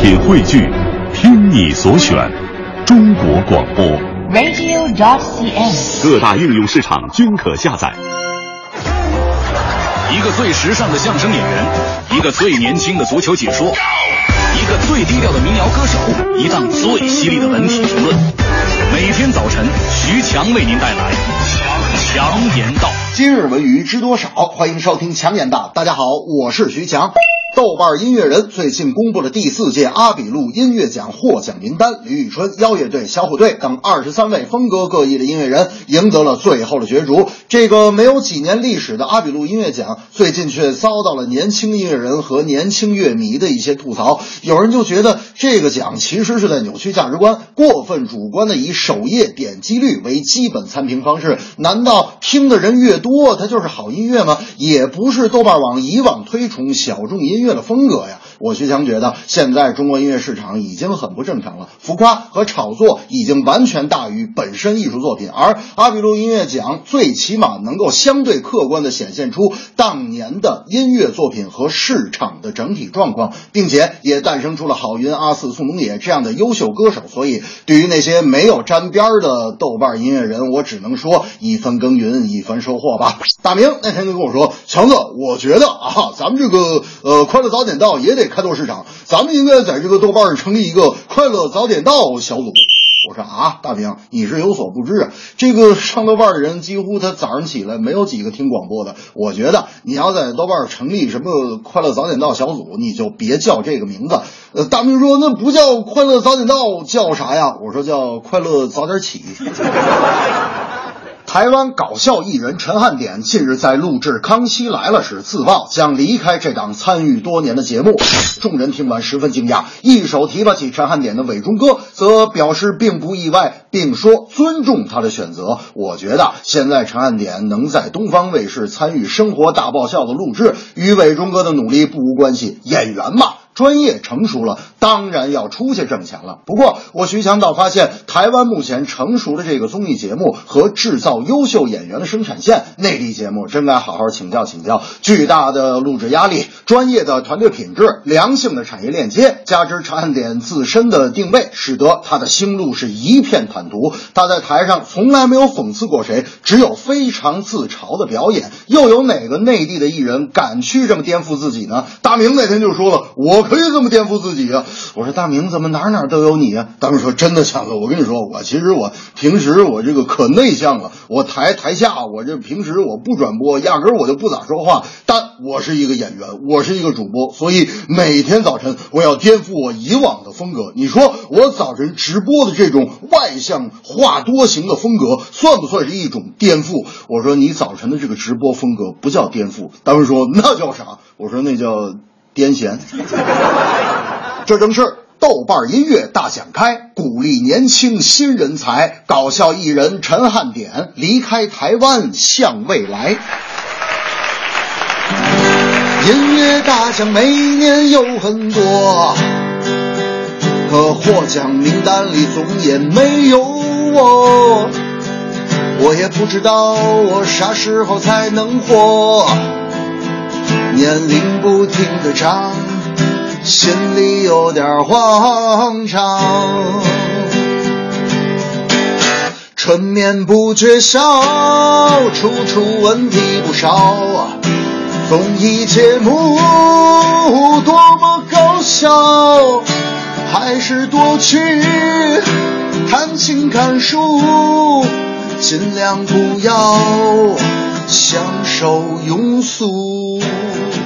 品汇聚，听你所选，中国广播 radio.cn， 各大应用市场均可下载。 一个最时尚的相声演员，一个最年轻的足球解说，一个最低调的民谣歌手，一档最犀利的文体评论。每天早晨，徐强为您带来强言道。 今日文娱知多少？欢迎收听强言道。大家好，我是徐强。豆瓣音乐人最近公布了第4届阿比路音乐奖获奖名单，李宇春、妖乐队、小虎队等23位风格各异的音乐人赢得了最后的角逐。这个没有几年历史的阿比路音乐奖，最近却遭到了年轻音乐人和年轻乐迷的一些吐槽。有人就觉得这个奖其实是在扭曲价值观，过分主观的以首页点击率为基本参评方式。难道听的人越多，它就是好音乐吗？也不是豆瓣网以往推崇小众音乐的风格呀。我徐强觉得现在中国音乐市场已经很不正常了，浮夸和炒作已经完全大于本身艺术作品，而阿比路音乐奖最起码能够相对客观地显现出当年的音乐作品和市场的整体状况，并且也诞生出了郝云、阿四、宋冬野这样的优秀歌手。所以对于那些没有沾边的豆瓣音乐人，我只能说一分耕耘一分收获吧。大明那天就跟我说，强子，我觉得咱们这个快乐早点到也得开拓市场，咱们应该在这个豆瓣上成立一个快乐早点到小组。我说大明，你是有所不知啊，这个上豆瓣的人几乎他早上起来没有几个听广播的。我觉得你要在豆瓣成立什么快乐早点到小组，你就别叫这个名字。大明说那不叫快乐早点到，叫啥呀？我说叫快乐早点起。台湾搞笑艺人陈汉典近日在录制《康熙来了》时自曝将离开这档参与多年的节目，众人听完十分惊讶，一手提拔起陈汉典的伟忠哥则表示并不意外，并说尊重他的选择。我觉得现在陈汉典能在东方卫视参与《生活大爆笑》的录制，与伟忠哥的努力不无关系。演员嘛，专业成熟了，当然要出去挣钱了。不过我徐强倒发现，台湾目前成熟的这个综艺节目和制造优秀演员的生产线，内地节目真该好好请教请教。巨大的录制压力，专业的团队品质，良性的产业链接，加之陈汉典自身的定位，使得他的星路是一片坦途。他在台上从来没有讽刺过谁，只有非常自嘲的表演。又有哪个内地的艺人敢去这么颠覆自己呢？大明那天就说了，我可以这么颠覆自己啊。我说大明怎么哪都有你啊？大明说真的强子，我跟你说，其实我平时我这个可内向了，我台下我这平时我不转播，压根我就不咋说话，但我是一个演员，我是一个主播，所以每天早晨我要颠覆我以往的风格。你说我早晨直播的这种外向话多型的风格算不算是一种颠覆？我说你早晨的这个直播风格不叫颠覆。大明说那叫啥？我说那叫癫痫。这正是豆瓣音乐大奖开，鼓励年轻新人才，搞笑艺人陈汉典离开台湾向未来。音乐大奖每年有很多，可获奖名单里总也没有我。我也不知道我啥时候才能活，年龄不停地长，心里有点慌张，春眠不觉晓，处处问题不少，综艺节目多么搞笑，还是多去看情看书，尽量不要享受庸俗。